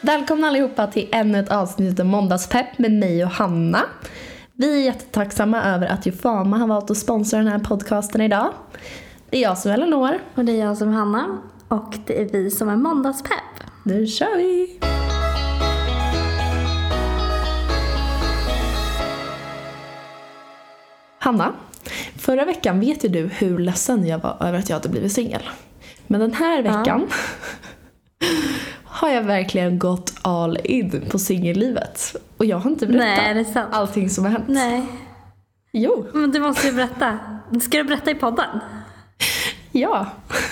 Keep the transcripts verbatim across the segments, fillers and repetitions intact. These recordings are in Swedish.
Välkomna allihopa till ännu ett avsnitt av Måndagspepp med mig och Hanna. Vi är jättetacksamma över att Jofama har valt att sponsra den här podcasten idag. Det är jag som är Eleanor. Och det är jag som är Hanna. Och det är vi som är Måndagspepp. Nu kör vi! Hanna, förra veckan vet ju du hur ledsen jag var över att jag hade blivit singel. Men den här veckan ja. har jag verkligen gått all in på singellivet. Och jag har inte berättat Nej, är det sant? allting som har hänt. Nej. Jo. Men du måste ju berätta. Ska du berätta i podden? Ja.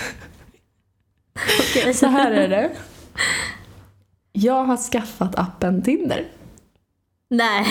Okej. Så här är det. Jag har skaffat appen Tinder. Nej.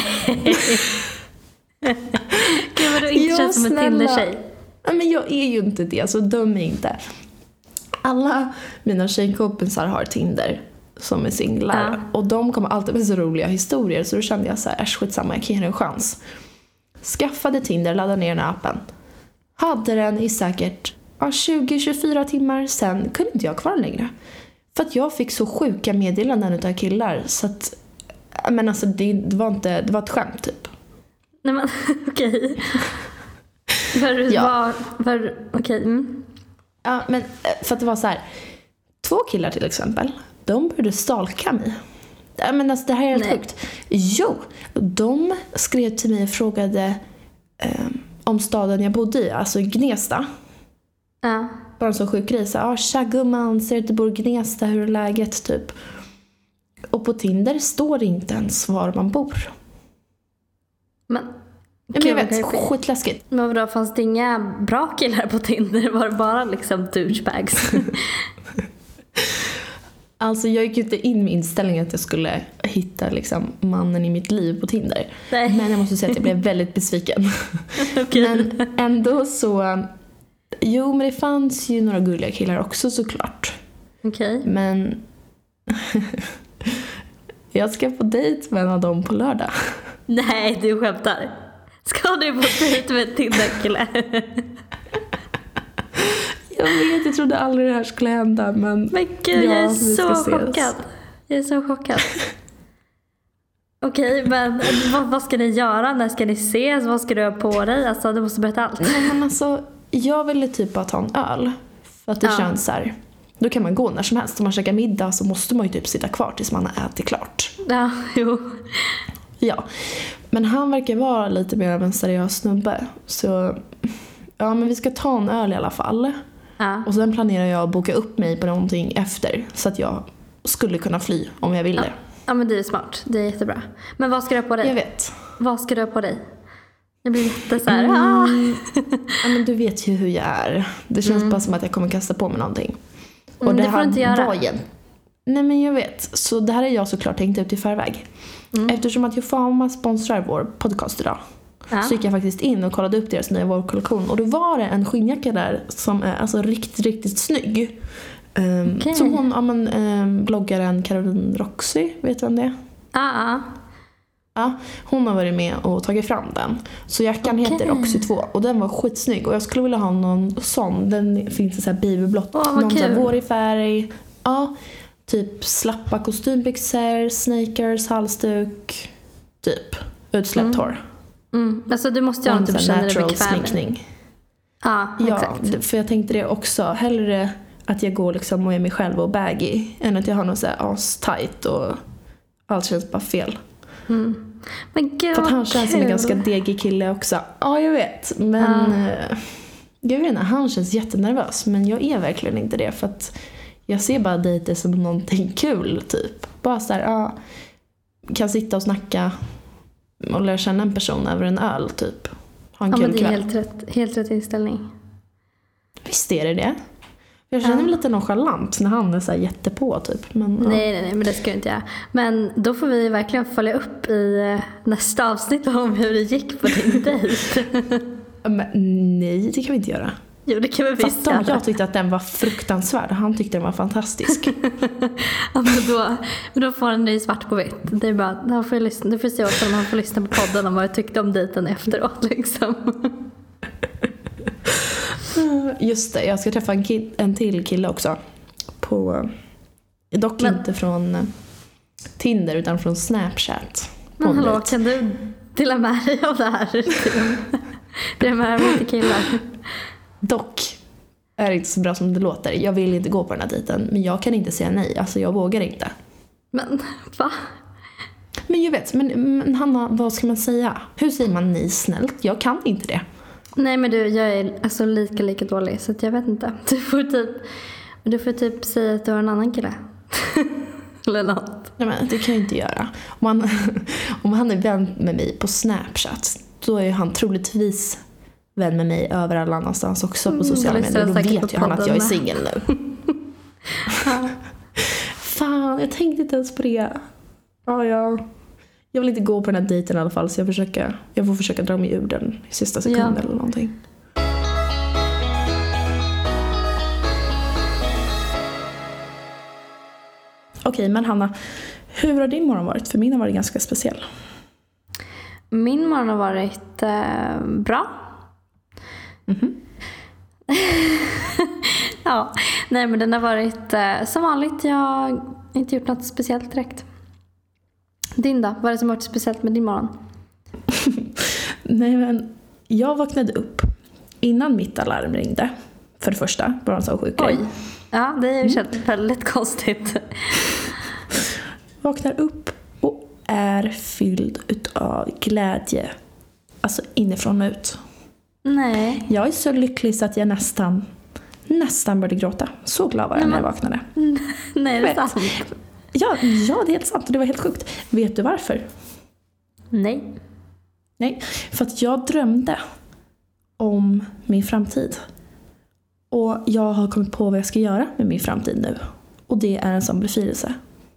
Gud vad du inte känns som en Tinder-tjej. Men jag är ju inte det, så dum är inte. Alla mina tjejkompisar har Tinder som är singlar. Ja. Och de kommer alltid med så roliga historier. Så då kände jag så här, äsch skitsamma, jag kan ge en chans. Skaffade Tinder, laddade ner den här appen. Hade den i säkert ja, tjugo till tjugofyra timmar. Sen kunde inte jag kvar längre. För att jag fick så sjuka meddelanden utav killar. Så att, men alltså det, det var inte, det var ett skämt typ. Nej men, okej. Var, ja. var, var, okej. Mm. Ja, men för att det var så här. Två killar till exempel. De började stalka mig. Ja, men alltså det här är helt sjukt. Jo, de skrev till mig och frågade eh, om staden jag bodde i. Alltså Gnesta. Ja. Bara en så sjuk grej. Så, ah, tja gumman, ser att du bor i Gnesta. Hur är läget typ? Och på Tinder står det inte ens var man bor. Men, men jag vet, skitläskigt. Men vadå, fanns det inga bra killar på Tinder? Var det bara liksom douchebags? Alltså jag gick inte in med inställningen att jag skulle hitta liksom mannen i mitt liv på Tinder. Nej. Men jag måste säga att jag blev väldigt besviken. Okay. Men ändå så... Jo, men det fanns ju några gulliga killar också såklart. Okej. Okay. Men... jag ska på dejt med en av dem på lördag. Nej, du skämtar. Ska du på dejt med en Tinder-kille? Jag vet, jag trodde aldrig det här skulle hända. Men, men gud, ja, jag är så chockad. Jag är så chockad. Okej, okay, men vad, vad ska ni göra? När ska ni ses? Vad ska du ha på dig? Alltså, du måste berätta allt. Nej, men alltså, jag ville typ bara ta en öl. För att det ja. känns så här. Då kan man gå när som helst. Om man käkar middag så måste man ju typ sitta kvar tills man har ätit klart. Ja, jo. Ja, men han verkar vara lite mer av en seriös snubbe. Så, ja men vi ska ta en öl i alla fall. Ja. Och sen planerar jag att boka upp mig på någonting efter. Så att jag skulle kunna fly om jag ville. Ja, ja men det är smart, det är jättebra. Men vad ska du ha på dig? Jag vet. Vad ska du ha på dig? Det blir jätte så här. Mm. Ah. Ja men du vet ju hur jag är. Det känns mm. bara som att jag kommer kasta på mig någonting. Och mm, det, det får du inte göra. Var igen. Nej men jag vet. Så det här är jag såklart tänkt ut i förväg. Mm. Eftersom att Jofama sponsrar vår podcast idag. Ja. Så gick jag faktiskt in och kollade upp deras nya vårkollektion. Och då var det en skinnjacka där som är alltså riktigt, riktigt snygg. Um, okay. Som hon, ja men um, bloggaren Caroline Roxy, vet du vem det är? Ja. Ja, hon har varit med och tagit fram den. Så jackan okay. heter Roxy två och den var skitsnygg. Och jag skulle vilja ha någon sån. Den finns i så här babyblått. Oh, någon så här vårig färg. Ja, typ slappa kostymbyxor, sneakers, halsduk. Typ, utsläppt mm. hår. Mm. Alltså du måste ju ha en typ känna dig bekväm. Ja, ja, exakt. För jag tänkte det också. Hellre att jag går liksom och är mig själv och baggy än att jag har något så här as-tight och allt känns bara fel. Mm. Men gud, för att han känns kul. som en ganska degig kille också. Ja, jag vet. Men ja. jag vet inte, han känns jättenervös. Men jag är verkligen inte det. För att jag ser bara dejter som någonting kul typ. Bara så här, ja, kan sitta och snacka och lära känna en person över en öl typ. Ha en ja, kul men det är kväll. helt rätt, helt rätt inställning. Visst är det det. Jag känner mig ja. lite nonchalant när han är så här jättepå typ. Men, nej, ja. nej, nej, men det ska jag inte göra. Men då får vi verkligen följa upp i nästa avsnitt om hur det gick på din dejt. Men nej, det kan vi inte göra. Jo, det kan vi visst göra. Jag tyckte att den var fruktansvärd och han tyckte den var fantastisk. Ja, men då, men då får han ny svart på vitt. Det är bara, han får lyssna, du får se också om han får lyssna på podden om vad jag tyckte om dejten efteråt liksom. Just det, jag ska träffa en, kid, en till kille också. På, dock men, inte från Tinder utan från Snapchat. Men hallå, kan du dela med dig av det här? Det är med lite killar. Dock är det inte så bra som det låter. Jag vill inte gå på den här dejten, men jag kan inte säga nej. Alltså jag vågar inte. Men va? Men jag vet, men, men Hanna, vad ska man säga? Hur säger man nej snällt? Jag kan inte det. Nej, men du, jag är alltså lika lika dålig, så att jag vet inte. Du får typ du får typ säga att du har en annan kille. Eller något. Nej, men det kan jag inte göra. Om han, om han är vän med mig på Snapchat, då är han troligtvis vän med mig över alla annanstans också på sociala medier. Då vet ju han att jag är singel nu. Fan, jag tänkte inte ens på det. Ja, ja. Jag vill inte gå på den här dejten i alla fall, så jag, försöker, jag får försöka dra mig ur den i sista sekunden ja. Eller någonting. Okej, men Hanna, hur har din morgon varit? För min har varit ganska speciell. Min morgon har varit eh, bra. Mm-hmm. Ja, nej men den har varit eh, som vanligt. Jag har inte gjort något speciellt direkt. Din då? Vad är det som har varit speciellt med din morgon? Nej, men jag vaknade upp innan mitt alarm ringde. För det första, bara en så sjuk grej. Ja, det är ju mm. väldigt konstigt. Vaknar upp och är fylld utav glädje. Alltså inifrån och ut. Nej. Jag är så lycklig så att jag nästan nästan började gråta. Så glad var jag när jag vaknade. Nej, det är sant. Ja, ja, det är helt sant. Det var helt sjukt. Vet du varför? Nej. Nej, för att jag drömde om min framtid. Och jag har kommit på vad jag ska göra med min framtid nu. Och det är en sån befrielse.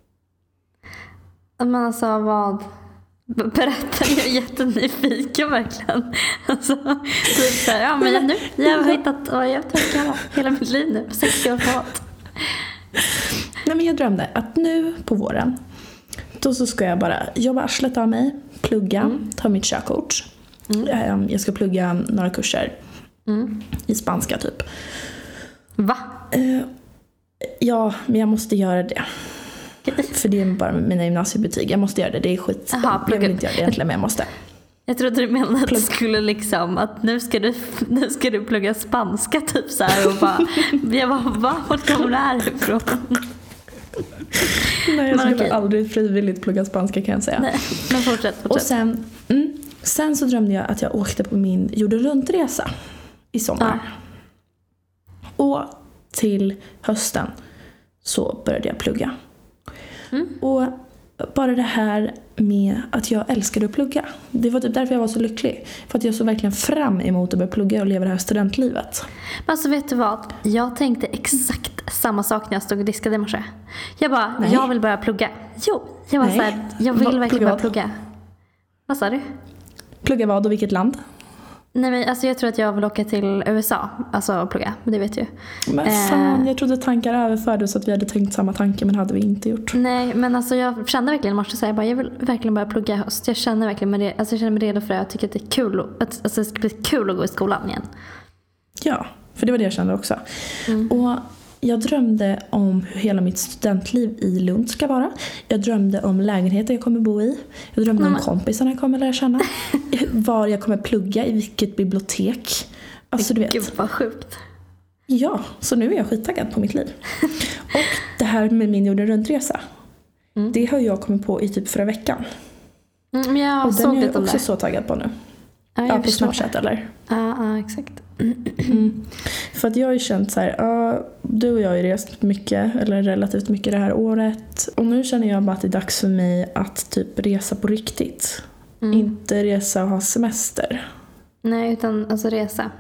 Men alltså vad... Berätta, jag är jättenyfiken verkligen. Alltså, typ så här, ja men nu, jag har hittat vad jag tänker göra hela mitt liv nu, på sextio år framåt. Nej, men jag drömde att nu på våren, då så ska jag bara jobba arslet av mig, plugga, mm. ta mitt körkort. Mm. Jag ska plugga några kurser mm. i spanska typ. Va? Uh, ja, men jag måste göra det. För det är bara mina gymnasiebetyg. Jag måste göra det, det är skit. Aha, jag vill inte göra det egentligen, men jag måste. Jag trodde du menade att du skulle liksom att nu ska du, nu ska du plugga spanska typ så här och bara, jag bara, va? Vart kommer det här ifrån? Nej, jag skulle okay. aldrig frivilligt plugga spanska, kan jag säga. Nej, men fortsätt, fortsätt. Och sen, mm, sen så drömde jag att jag åkte på min jorden runtresa i sommar. Ja. Och till hösten så började jag plugga. Mm. Och bara det här med att jag älskade att plugga. Det var typ därför jag var så lycklig. För att jag såg verkligen fram emot att börja plugga och leva det här studentlivet. Men alltså vet du vad? Jag tänkte exakt samma sak när jag stod och diskade i morse. Jag bara, Nej. jag vill börja plugga. Jo, jag var så här, jag vill Va, verkligen börja plugga. Vad sa du? Plugga vad och vilket land? Nej, men alltså jag tror att jag vill åka till U S A. Alltså plugga, det vet ju. Men fan, jag trodde tankar överfördes så att vi hade tänkt samma tanke, men hade vi inte gjort. Nej, men alltså jag kände verkligen i morse så jag bara, jag vill verkligen börja plugga i höst. Jag känner verkligen med det, alltså jag känner mig redo för det. Jag tycker att det är kul, att, alltså det ska bli kul att gå i skolan igen. Ja, för det var det jag kände också. Mm. Och jag drömde om hur hela mitt studentliv i Lund ska vara. Jag drömde om lägenheten jag kommer bo i. Jag drömde mm. om kompisarna jag kommer lära känna. Var jag kommer plugga, i vilket bibliotek. Alltså du vet. Gud vad sjukt. Ja, så nu är jag skittaggad på mitt liv. Och det här med min jorden runtresa. Mm. Det har jag kommit på i typ förra veckan. Mm, jag och den är jag också där. så taggad på nu. Ja, ja på Snapchat eller? Ja, ja exakt. Mm. För att jag har ju känt så här, ja, du och jag har ju rest mycket, eller relativt mycket det här året. Och nu känner jag bara att det är dags för mig att typ resa på riktigt. Mm. Inte resa och ha semester. Nej, utan alltså resa.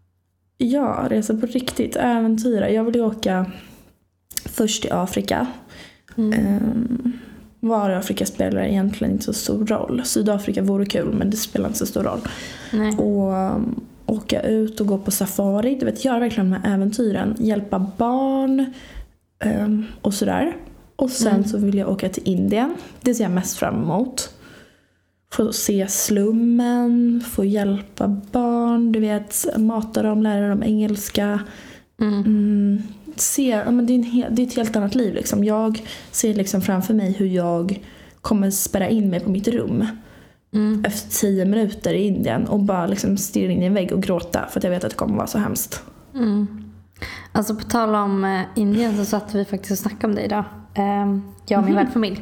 Ja, resa på riktigt, äventyra. Jag vill ju åka först i Afrika. Mm. Um, var i Afrika spelar egentligen inte så stor roll. Sydafrika vore kul, men det spelar inte så stor roll. Nej. Och um, åka ut och gå på safari. Du vet, göra verkligen de här äventyren. Hjälpa barn um, och sådär. Och sen mm. så vill jag åka till Indien. Det ser jag mest fram emot. Få se slummen, få hjälpa barn, du vet, mata dem, lära dem engelska. Mm. Mm, se, ja, men det, är en he- det är ett helt annat liv liksom. Jag ser liksom framför mig hur jag kommer spärra in mig på mitt rum mm. efter tio minuter i Indien och bara liksom stirra in i en vägg och gråta för att jag vet att det kommer vara så hemskt. Mm. Alltså på tal om eh, Indien så satt vi faktiskt och snackade om det idag. Eh, jag och min mm. värdfamilj.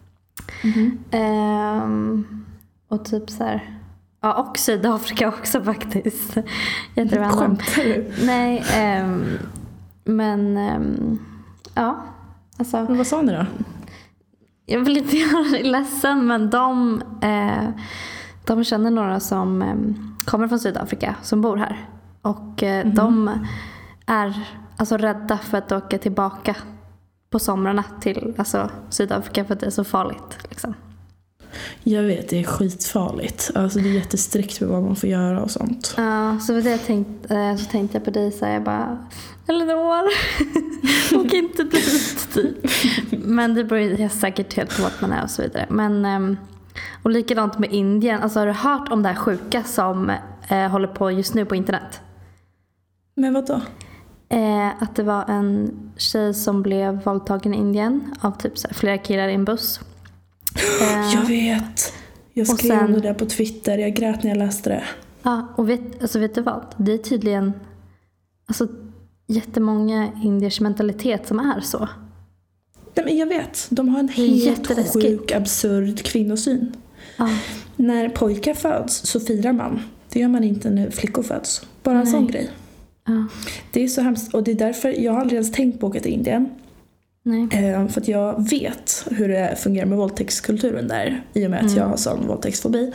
Mm. Eh, och typ så här. Ja, och Sydafrika också faktiskt. Skämtar du? Nej, eh, men eh, ja. Alltså, men vad sa ni då? Jag vill inte göra dig ledsen, men de, eh, de känner några som eh, kommer från Sydafrika som bor här. Och eh, mm. de är alltså rädda för att åka tillbaka på somrarna till alltså, Sydafrika för att det är så farligt. Liksom. Jag vet, det är skitfarligt. Alltså, det är jättestrikt med vad man får göra och sånt. Ja, så, det jag tänkt, eh, så tänkte jag på dig så jag bara, Elinor, åk inte dit typ. Men det beror ju säkert helt på vart man är och så vidare. Men, eh, och likadant med Indien. Alltså, har du hört om det här sjuka som eh, håller på just nu på internet? Men vad då? Eh, att det var en tjej som blev våldtagen i Indien av typ så här, flera killar i en buss. Eh, jag vet. Jag skrev sen, om det där på Twitter. Jag grät när jag läste det. Ja, och vet, alltså vet du vad? Det är tydligen alltså, jättemånga indiers mentalitet som är så. Nej, men jag vet. De har en helt sjuk, absurd kvinnosyn. Ja. När pojkar föds så firar man. Det gör man inte när flickor föds. Bara en Nej. sån grej. Ja. Det är så hemskt. Och det är därför jag har aldrig ens tänkt på att åka till Indien. Nej. För att jag vet hur det fungerar med våldtäktskulturen där. I och med att mm. jag har sån våldtäktsfobi.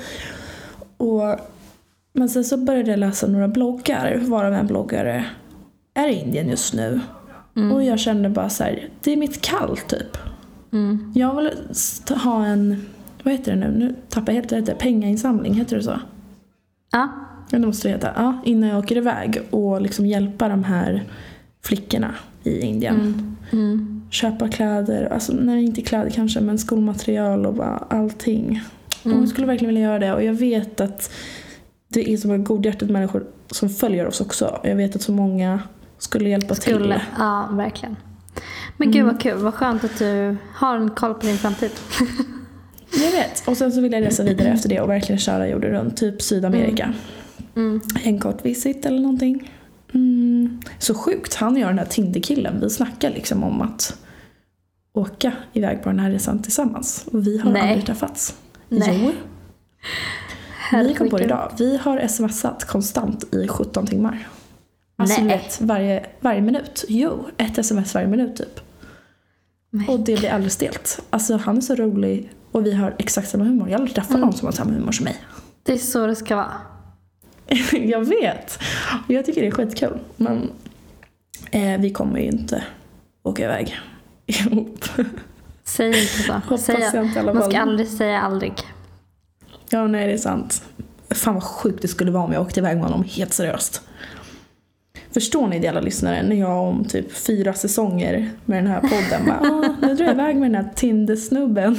Och, men sen så började jag läsa några bloggar. Varav en bloggare är i Indien just nu. Mm. Och jag kände bara så här, det är mitt kall typ. Mm. Jag vill ha en, vad heter det nu? Nu tappar jag helt rätt. Pengainsamling, heter det så? Ja. Ja, det måste det heta. Ja, innan jag åker iväg och liksom hjälpa de här flickorna i Indien. Mm. Mm. Köpa kläder, alltså nej, inte kläder kanske, men skolmaterial och bara allting. Mm. Och jag skulle verkligen vilja göra det. Och jag vet att det är så många godhjärtat människor som följer oss också. Jag vet att så många skulle hjälpa skulle, till. Ja, verkligen. Men mm. gud vad kul, vad skönt att du har en koll på din framtid. Jag vet, och sen så vill jag resa vidare efter det och verkligen köra jorden runt, typ Sydamerika. Mm. Mm. En kort visit eller någonting. Mm. Så sjukt, han gör den här Tinder-killen. Vi snackar liksom om att åka iväg på den här resan tillsammans. Och vi har Nej. aldrig träffats. Nej. Jo. Vi kom på det idag. Vi har smsat konstant i sjutton timmar. Alltså Nej. vet, varje, varje minut. Jo, ett sms varje minut typ. Nej. Och det blir aldrig stelt. Alltså han är så rolig och vi har exakt samma humor. Jag har aldrig träffat mm. någon som har samma humor som mig. Det är så det ska vara. Jag vet. Jag tycker det är skitkul. Men eh, vi kommer ju inte åka iväg ihop. Säg inte så. Hoppas Säg, jag inte i alla man fall. ska aldrig säga aldrig. Ja, nej, det är sant. Fan vad sjukt det skulle vara om jag åkte iväg med honom helt seriöst. Förstår ni det alla lyssnare? När jag om typ fyra säsonger med den här podden bara, ah, nu drar jag iväg med den här Tinder-snubben.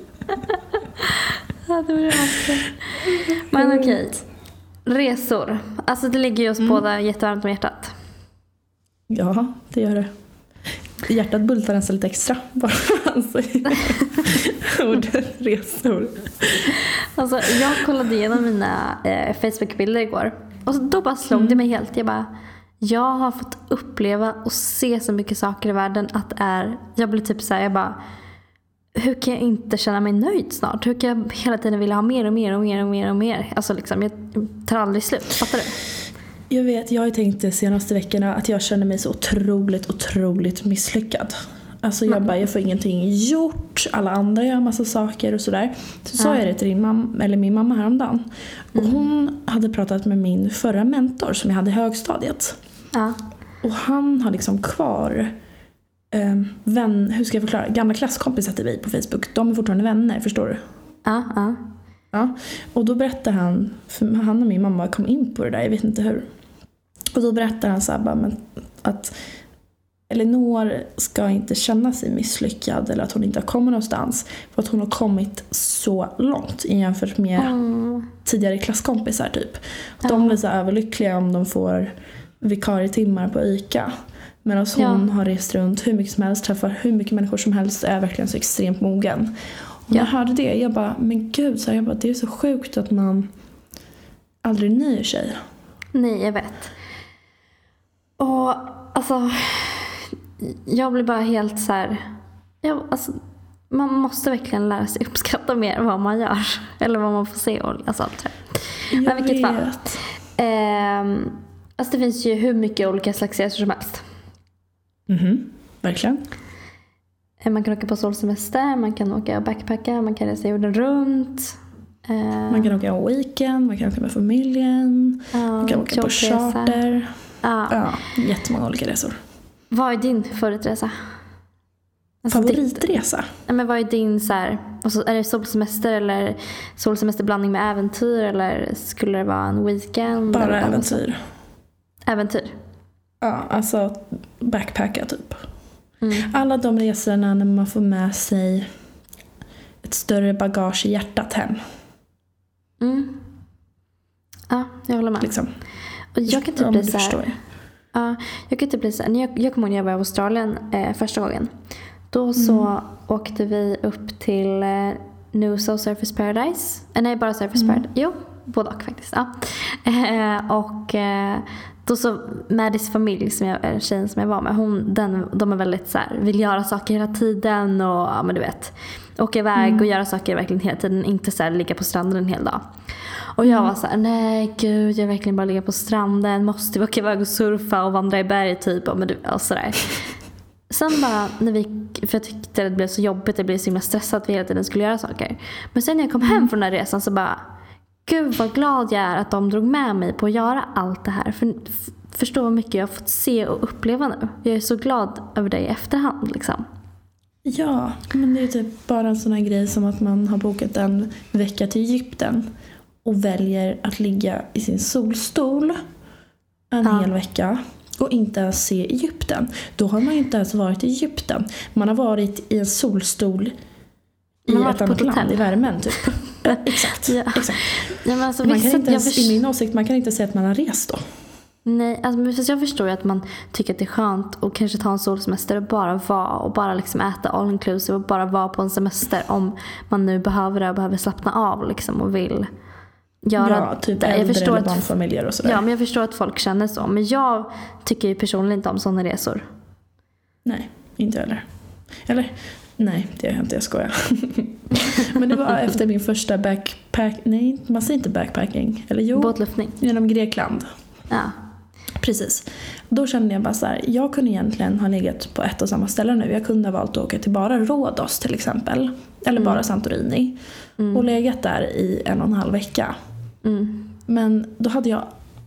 Ja, det var det måste. Men okej. Resor. Alltså det ligger ju oss mm. båda jättevarmt om hjärtat. Ja, det gör det. Hjärtat bultar nästan lite extra. Bara alltså, ordet resor. Alltså jag kollade igenom mina eh, Facebook-bilder igår. Och då bara slog mm. det mig helt. Jag bara, jag har fått uppleva och se så mycket saker i världen att det är, jag blir typ så här, jag bara, hur kan jag inte känna mig nöjd snart? Hur kan jag hela tiden vilja ha mer och mer och mer och mer och mer? Alltså liksom, jag tar aldrig slut. Fattar du? Jag vet, jag har ju tänkt de senaste veckorna att jag känner mig så otroligt, otroligt misslyckad. Alltså jag bara, jag får ingenting gjort. Alla andra gör massa saker och sådär. Så sa ja. jag det till din mamma, eller min mamma häromdagen. Och mm. hon hade pratat med min förra mentor som jag hade i högstadiet. Ja. Och han har liksom kvar eh, vän, hur ska jag förklara? Gamla klasskompisar till vi på Facebook. De är fortfarande vänner, förstår du? Ja, ja. Ja, och då berättar han, för han och min mamma kom in på det där, jag vet inte hur. Och då berättar han så här bara, men, att Elinor ska inte känna sig misslyckad eller att hon inte har kommit någonstans. För att hon har kommit så långt i jämfört med mm. tidigare klasskompisar typ. Att mm. de blir så överlyckliga om de får vikarietimmar på ICA. Medan hon Ja. har rest runt hur mycket som helst, träffar hur mycket människor som helst, är verkligen så extremt mogen. Och när Ja. jag hörde det, jag bara, men gud, så här, jag bara, det är så sjukt att man aldrig nöjer sig. Nej, jag vet. Och alltså, jag blir bara helt så här, ja, alltså, man måste verkligen lära sig uppskatta mer vad man gör. Eller vad man får se och alltså, allt det. Jag Men vilket fall. vet. Ehm, alltså det finns ju hur mycket olika slags resor som helst. Mhm, verkligen. Eh, Man kan åka på solsemester, man kan åka och backpacka, man kan resa jorden runt. Eh, Man kan åka en weekend, man kan åka med familjen, ja, man kan åka på tjockresa. charter. Ja. Ja, jättemånga olika resor. Vad är din favoritresa? Alltså, ditt- Favoritresa? Nej, men vad är din så här, alltså, är det solsemester eller solsemesterblandning med äventyr eller skulle det vara en weekend? Bara eller vad? äventyr. Äventyr. Ja, alltså backpacka typ. Mm. Alla de resorna när man får med sig ett större bagage i hjärtat hem. Mm. Ja, jag håller med. Liksom. Och jag kan typ Om bli du så här, förstår. ja, jag kan typ bli så här, när jag, jag kommer ihåg när jag var i Australien eh, första gången. Då så Mm. åkte vi upp till eh, Noosa och Surfers Paradise. Eh, nej, bara Surfers Mm. Paradise. Jo, både och faktiskt. Ja. Eh, och eh, då så Maddys familj, som jag, eller tjejen som jag var med, hon, den, de är väldigt så här, vill göra saker hela tiden och ja, men du vet, åka iväg Mm. och göra saker verkligen hela tiden, inte så här ligga på stranden en hel dag. Och jag Mm. var så här, nej gud, jag vill verkligen bara ligga på stranden, måste vi åka iväg och surfa och vandra i berg typ, och, men du, och sådär. Sen bara, när vi, för jag tyckte det blev så jobbigt, det blev så himla stressat att vi hela tiden skulle göra saker. Men sen när jag kom hem från den här resan så bara, gud vad glad jag är att de drog med mig på att göra allt det här. För, f- förstå hur mycket jag har fått se och uppleva nu. Jag är så glad över det i efterhand liksom. Ja, men det är typ bara en sån här grej som att man har bokat en vecka till Egypten och väljer att ligga i sin solstol en Ja. hel vecka och inte ens se Egypten. Då har man inte ens varit i Egypten. Man har varit i en solstol i Man har ett varit på annat ett land hotell. i värmen typ. Ja, exakt, Ja. exakt. Ja, men alltså, Man vissa, kan inte jag ens, förs- i min åsikt, man kan inte säga att man har rest då. Nej, alltså, men fast jag förstår ju att man tycker att det är skönt att kanske ta en solsemester och bara vara och bara liksom äta all inclusive och bara vara på en semester om man nu behöver det och behöver slappna av liksom och vill göra Ja, typ det. Jag äldre förstår eller att, barnfamiljer och sådär. ja, men jag förstår att folk känner så. Men jag tycker ju personligen inte om sådana resor. Nej, inte heller. Eller, nej, det gör jag inte, jag skojar. Men det var efter min första backpack... Nej, man säger inte backpacking. Eller jo, Båtluftning. genom Grekland. Ja. Precis. Då kände jag bara så här, jag kunde egentligen ha legat på ett och samma ställe nu. Jag kunde ha valt att åka till bara Rhodos till exempel. Eller Mm. bara Santorini. Mm. Och legat där i en och en halv vecka. Mm. Men då hade jag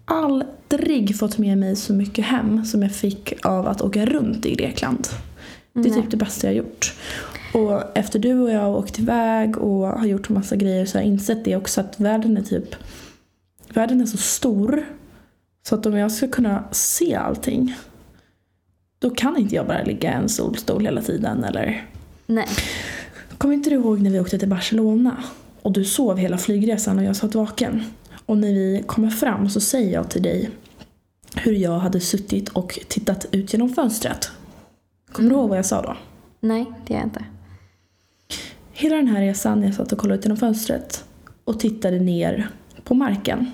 aldrig fått med mig så mycket hem som jag fick av att åka runt i Grekland. Det är Nej. typ det bästa jag har gjort. Och efter du och jag har åkt iväg och har gjort en massa grejer så har jag insett det också att världen är typ världen är så stor så att om jag ska kunna se allting då kan inte jag bara ligga i en solstol hela tiden eller... Nej. Kommer inte du ihåg när vi åkte till Barcelona och du sov hela flygresan och jag satt vaken? Och när vi kommer fram så säger jag till dig hur jag hade suttit och tittat ut genom fönstret. Kommer du ihåg vad jag sa då? Nej, det är jag inte. Hela den här resan jag satt och kollade ut genom fönstret och tittade ner på marken.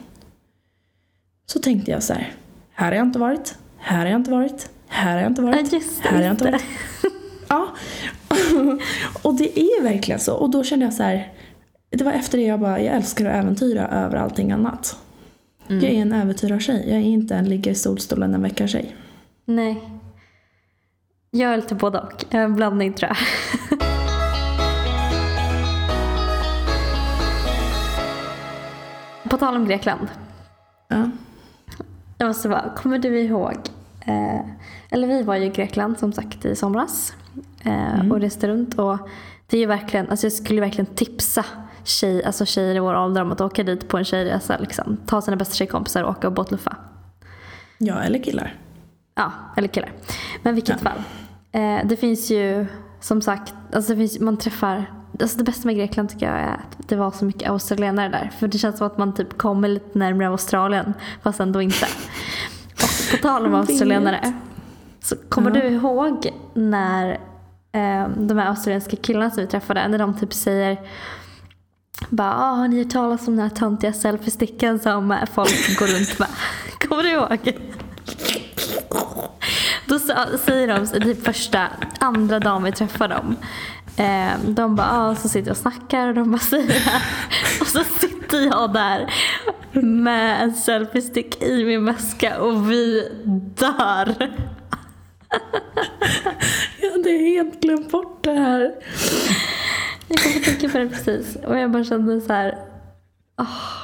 Så tänkte jag så här, här har jag inte varit, här har jag inte varit, här har jag inte varit, Ja, just det, här har jag just inte varit. Ja, och det är verkligen så. Och då kände jag så här, det var efter det jag bara, jag älskar att äventyra över allting annat. Mm. Jag är en äventyrartjej, jag är inte en ligga i solstolen en vecka tjej. Nej. Jag är lite både och. Jag är en blandning tror jag. På tal om Grekland. Ja. Jag måste bara, kommer du ihåg? Eh, eller vi var ju i Grekland som sagt i somras. Eh, Mm. Och reste runt. Och det är ju verkligen, alltså jag skulle verkligen tipsa tjej, alltså tjejer i vår ålder om att åka dit på en tjejresa. Liksom. Ta sina bästa tjejkompisar och åka och båtluffa. Ja, eller killar. Ja, eller killar. Men vilket Ja. fall. Eh, det finns ju som sagt, alltså det finns, man träffar, alltså det bästa med Grekland tycker jag är att det var så mycket australienare där. För det känns som att man typ kommer lite närmare Australien fast ändå inte. Och på tal om Jag vet. australienare Så kommer Ja. du ihåg när eh, de här australienska killarna som vi träffade, när de typ säger bara, ah, har ni hört talas om den här töntiga selfie-sticken som folk går runt med? Kommer du ihåg? Då sa, säger de, det första, andra dagen vi träffar dem, eh, de bara, ah, så sitter och snackar och de bara säger och så sitter jag där med en selfie-stick i min väska och vi dör. Jag hade helt glömt bort det här. Jag kommer att tänka på det precis. Och jag bara kände så här. Oh.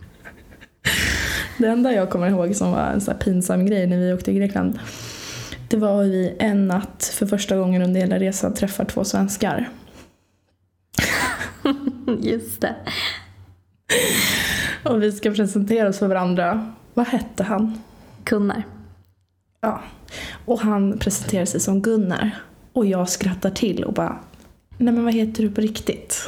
Det enda jag kommer ihåg som var en så här pinsam grej när vi åkte till Grekland, det var vi en natt för första gången under hela resan träffar två svenskar. Just det. Och vi ska presentera oss för varandra. Vad hette han? Gunnar. Ja. Och han presenterar sig som Gunnar. Och jag skrattar till och bara, nej men vad heter du på riktigt?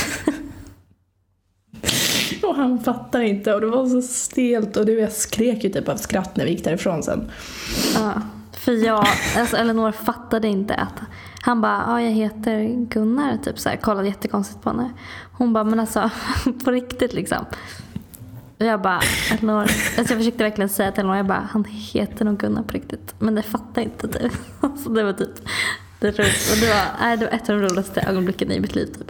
Och han fattar inte. Och det var så stelt. Och det, jag skrek ju typ av skratt när vi gick därifrån sen. Ja, för jag, alltså Eleanor fattade inte att han bara, ja jag heter Gunnar typ så här, kollade jättekonstigt på henne. Hon bara, men alltså på riktigt liksom. Och jag bara, Eleanor, alltså jag försökte verkligen säga till Eleanor, jag bara, han heter nog Gunnar på riktigt. Men det fattar inte typ. Så det var typ det, och det var, nej, det var ett av de roligaste ögonblicken i mitt liv typ.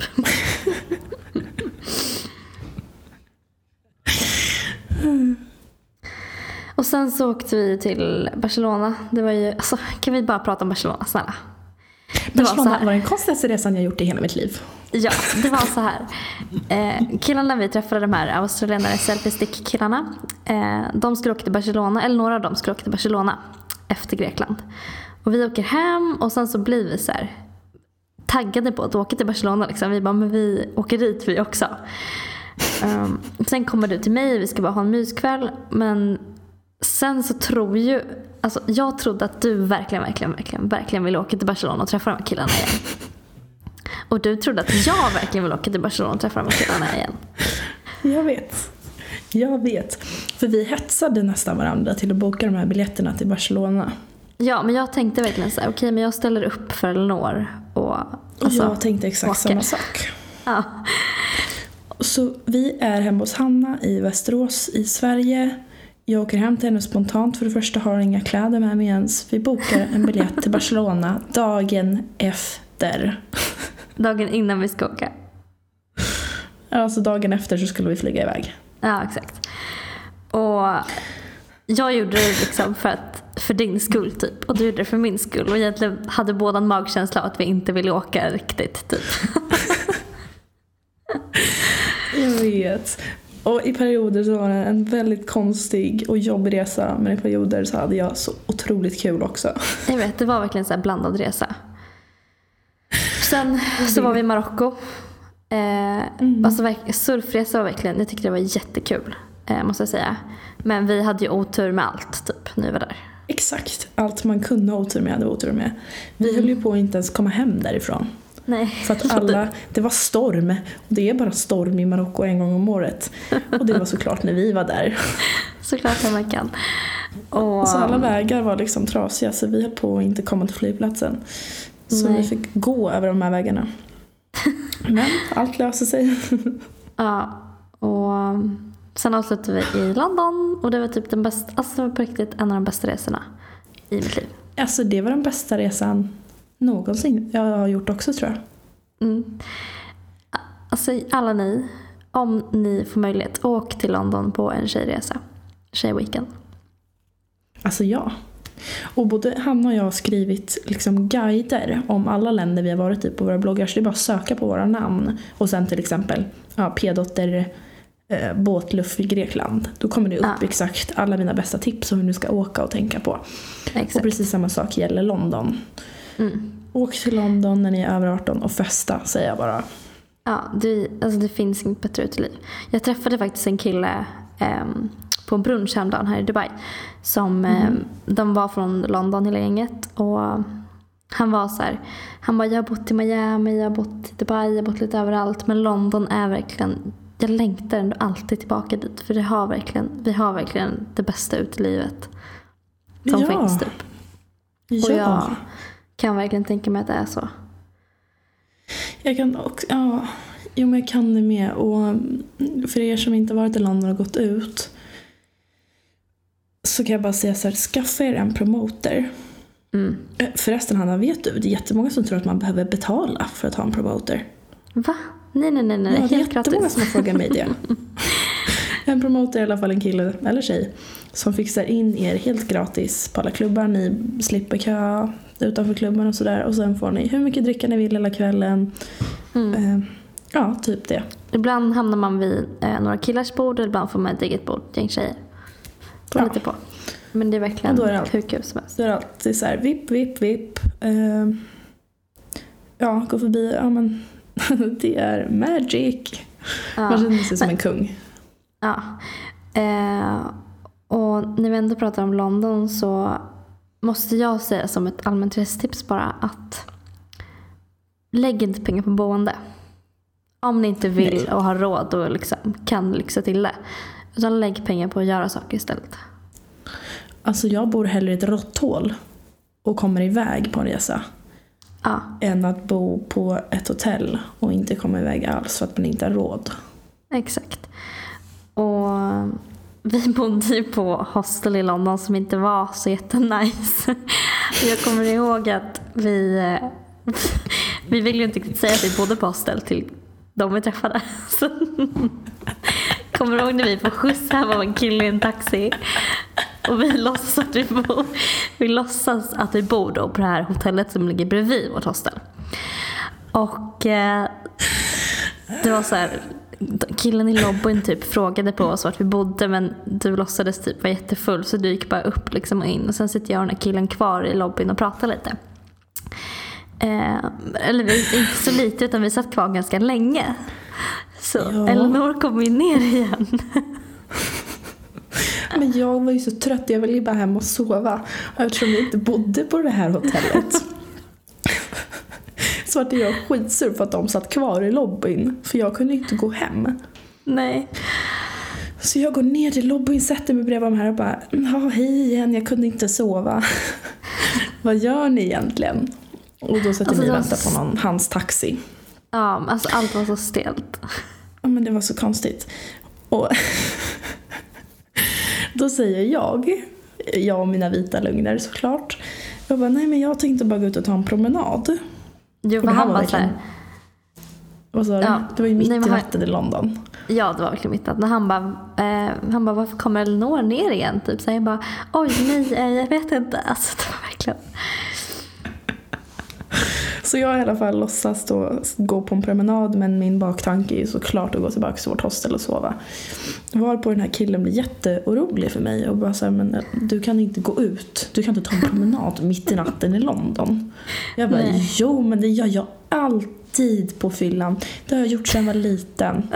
Och sen så åkte vi till Barcelona. Det var ju, alltså, kan vi bara prata om Barcelona, snälla? Det Barcelona var, så här, var den konstigaste resan jag gjort i hela mitt liv. ja, det var så här. Eh, killarna vi träffade, de här australienare selfie-stick-killarna, eh, de skulle åka till Barcelona, eller några av dem skulle åka till Barcelona efter Grekland. Och vi åker hem och sen så blir vi så här taggade på att åka till Barcelona. Liksom. Vi bara, men vi åker dit vi också. Um, sen kommer du till mig, vi ska bara ha en myskväll. Men sen så tror ju, alltså jag trodde att du verkligen, verkligen, verkligen, verkligen ville åka till Barcelona och träffa de här killarna igen. Och du trodde att jag verkligen ville åka till Barcelona och träffa de här killarna igen. Jag vet. Jag vet. För vi hetsade nästan varandra till att boka de här biljetterna till Barcelona. Ja, men jag tänkte verkligen så här, okej, okay, men jag ställer upp för Eleanor och alltså, jag tänkte exakt åker. samma sak. Ja. Så vi är hemma hos Hanna i Västerås i Sverige. Jag åker hem till henne spontant. För det första har inga kläder med mig ens. Vi bokar en biljett till Barcelona dagen efter. Dagen innan vi ska åka. Alltså dagen efter så skulle vi flyga iväg. Ja, exakt. Och jag gjorde det liksom för, att, för din skull typ. Och du gjorde det för min skull. Och egentligen hade båda en magkänsla att vi inte ville åka riktigt typ. Jag vet. Och i perioder så var det en väldigt konstig och jobbig resa. Men i perioder så hade jag så otroligt kul också. Jag vet, det var verkligen så här blandad resa. Sen så var vi i Marocko. Eh, mm. Alltså surfresa var verkligen, jag tyckte det var jättekul, eh, måste jag säga. Men vi hade ju otur med allt typ, när vi var där. Exakt, allt man kunde ha otur med hade otur med. Vi mm. höll ju på att inte ens komma hem därifrån. Nej. För att alla, det var storm. Och det är bara storm i Marocko en gång om året. Och det var såklart när vi var där. Såklart när man kan. Och så alla vägar var liksom trasiga. Så vi höll på att inte komma till flygplatsen. Så Nej. vi fick gå över de här vägarna. Men allt löser sig. Ja, och sen avslutade vi i London. Och det var typ den bästa, alltså på riktigt en av de bästa resorna i mitt liv. Alltså det var den bästa resan någonsin jag har gjort också, tror jag. Mm. Alltså alla ni, om ni får möjlighet, åk till London på en tjejresa. Tjejweekend. Alltså ja. Och både Hanna och jag har skrivit liksom guider om alla länder vi har varit i på våra bloggar. Så det är bara att söka på våra namn. Och sen till exempel ja, P-dotter eh, båtluff i Grekland. Då kommer det upp ja. exakt alla mina bästa tips om hur du ska åka och tänka på. Exakt. Och precis samma sak gäller London. Mm. Åk till London när ni är över arton och festa, säger jag bara. Ja, det, alltså det finns inget bättre uteliv. Jag träffade faktiskt en kille eh, på en brunch häromdagen här i Dubai. Som, mm. eh, de var från London hela gänget. Och han var så här, han bara, jag har bott i Miami, jag har bott i Dubai, jag har bott lite överallt. Men London är verkligen, jag längtar ändå alltid tillbaka dit. För det har verkligen, vi har verkligen det bästa utelivet som ja. finns typ. Och jag kan verkligen tänka mig att det är så. Jag kan också, ja, jo men jag kan det med. Och för er som inte varit i London och gått ut, så kan jag bara säga så här, skaffa er en promoter. Mm. Förresten, Hanna, vet du, det är jättemånga som tror att man behöver betala för att ha en promoter. Va? Nej, nej, nej, nej. Ja, helt det är jättemånga gratis. som har frågat mig det. En promoter är i alla fall en kille eller tjej som fixar in er helt gratis på alla klubbar. Ni slipper kö utanför klubben och sådär. Och sen får ni hur mycket dricka ni vill hela kvällen. Mm. Eh, ja, typ det. Ibland hamnar man vid eh, några killars bord, och ibland får man ett eget bord, ett gäng tjejer. Ja. Lite på. Men det är verkligen hur kul som helst. Då är det alltid så här, vipp, vipp, vipp. Eh, ja, gå förbi. Ja, men det är magic. Ja. Man känner sig som en kung. Ja. Eh, och när vi ändå pratar om London, så måste jag säga som ett allmänt resetips bara att lägg inte pengar på boende. Om ni inte vill Nej. och har råd och liksom kan lyxa till det. Utan lägg pengar på att göra saker istället. Alltså jag bor hellre i ett råtthål och kommer iväg på en resa. Ja. Än att bo på ett hotell och inte komma iväg alls för att man inte har råd. Exakt. Och vi bodde ju på hostel i London som inte var så jättenice. Jag kommer ihåg att vi vi ville ju inte säga att vi bodde på hostel till de vi träffade. Så, kommer ihåg när vi får skjuts här var en kille i en taxi. Och vi låtsas att vi bor, vi låtsas att vi bor då på det här hotellet som ligger bredvid vårt hostel. Och eh, det var så här, killen i lobbyn typ frågade på oss vart vi bodde, men du låtsades typ vara jättefull, så du gick bara upp liksom och in. Och sen sitter jag och den här killen kvar i lobbyn och pratar lite. Eh, eller vi, inte så lite, utan vi satt kvar ganska länge. Så ja. Eleanor kom ju ner igen. Men jag var ju så trött, jag ville ju bara hem och sova. Och eftersom vi inte bodde på det här hotellet så var jag skitsur för att de satt kvar i lobbyn. För jag kunde inte gå hem. Nej. Så jag går ner till lobbyn, sätter mig bredvid de här och bara, ja, hej igen, jag kunde inte sova. Vad gör ni egentligen? Och då sätter alltså, ni och väntar på någon, hans taxi. Ja, alltså allt var så stelt. Ja, men det var så konstigt. Och då säger jag, jag och mina vita lögner såklart, jag bara, nej men jag tänkte bara gå ut och ta en promenad. Jo, för han var verkligen... Vad sa du? Ja, det var ju mitt nej, i natten han... i London. Ja, det var verkligen mitt i natten. Han bara, eh, han bara, varför kommer Eleanor ner igen? Typ. Så jag bara, oj nej, jag vet inte. Alltså det var verkligen... Så jag i alla fall låtsas då gå på en promenad, men min baktanke är ju såklart att gå tillbaka till vårt hostel och sova. Var på den här killen blir jätteorolig för mig och bara så här, men du kan inte gå ut. Du kan inte ta en promenad mitt i natten i London. Jag bara, nej. Jo men det gör jag alltid på fyllan. Det har jag gjort sedan jag var liten.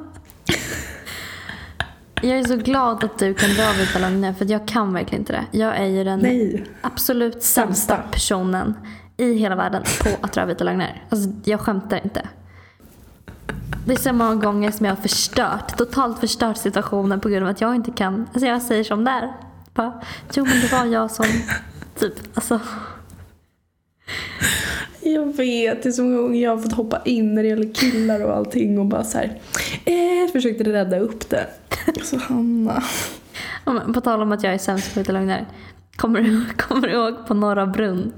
Jag är så glad att du kan dra vita lögner, för jag kan verkligen inte det. Jag är ju den nej. absolut sämsta personen i hela världen på att dra vita lögner. Alltså jag skämtar inte. Det är så många gånger som jag har förstört, totalt förstört situationen på grund av att jag inte kan. Alltså jag säger som där. Bara, jo men det var jag som typ, alltså. Jag vet, det är så många gånger jag har fått hoppa in när det gäller killar och allting och bara så här, eh, försökte rädda upp det. Så Hanna. På tal om att jag är sämst på vita lögner. Kommer du, kommer du ihåg på Norra Brunn?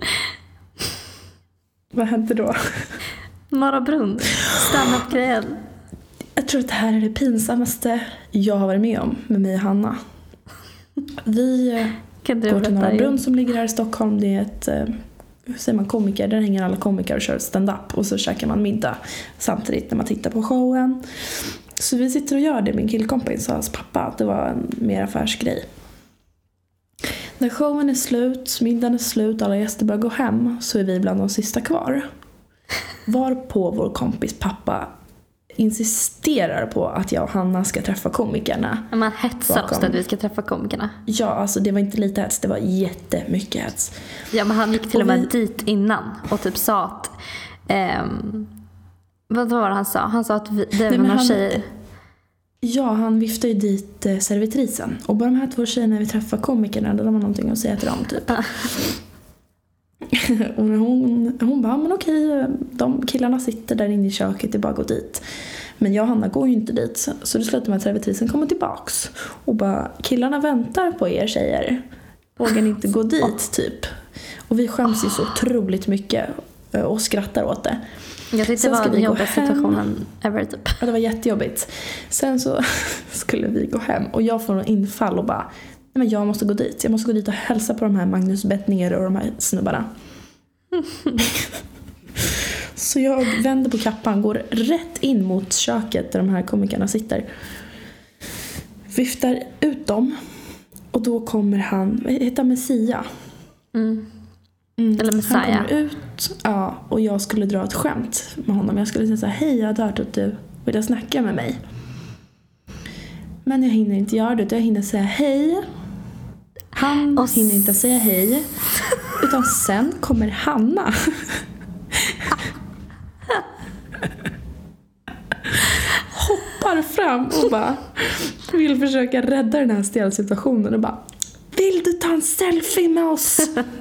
Vad hände då? Norra Brunn, stand-up-grejen. Jag tror att det här är det pinsammaste jag har varit med om med mig och Hanna. Vi går till Norra Brunn som ligger här i Stockholm. Det är ett, hur säger man, komiker. Där hänger alla komiker och kör stand-up. Och så käkar man middag samtidigt när man tittar på showen. Så vi sitter och gör det med en killkompis och hans pappa. Det var en mer affärsgrej. När showen är slut, middagen är slut, alla gäster börjar gå hem, så är vi bland de sista kvar. Varpå vår kompis pappa insisterar på att jag och Hanna ska träffa komikerna. Man hetsar oss att vi ska träffa komikerna. Ja, alltså det var inte lite hets, det var jättemycket hets. Ja, men han gick till och, och med vi... dit innan och typ sa att ehm, vad var det han sa? Han sa att vi, det var några han... tjejer. Ja, han viftade ju dit eh, servitrisen. Och bara de här två tjejerna vi träffar komikerna, det var någonting att säga till dem typ. Och hon, hon bara, men okej, de killarna sitter där inne i köket, det är bara att gå dit. Men jag och Hanna går ju inte dit. Så, så det slutar med att servitrisen kommer tillbaks och bara, killarna väntar på er tjejer. Vågar ni inte gå dit typ? Och vi skäms ju så otroligt mycket och skrattar åt det. Jag tyckte det var den jobbigaste situationen ever typ. Ja, det var jättejobbigt. Sen så skulle vi gå hem och jag får en infall och bara, nej men jag måste gå dit. Jag måste gå dit och hälsa på de här Magnus Bettner och de här snubbarna. Så jag vänder på kappan, går rätt in mot köket där de här komikerna sitter. Viftar ut dem. Och då kommer han, vad heter han, Messia? Mm. Mm. Eller Messiah. Han kommer ut, ja, och jag skulle dra ett skämt med honom. Jag skulle säga så här, hej, jag hade hört att du ville snacka med mig. Men jag hinner inte göra det, jag hinner säga hej. Han och hinner inte säga hej. Utan sen kommer Hanna. Hoppar fram och bara vill försöka rädda den här stelsituationen och bara, vill du ta en selfie med oss?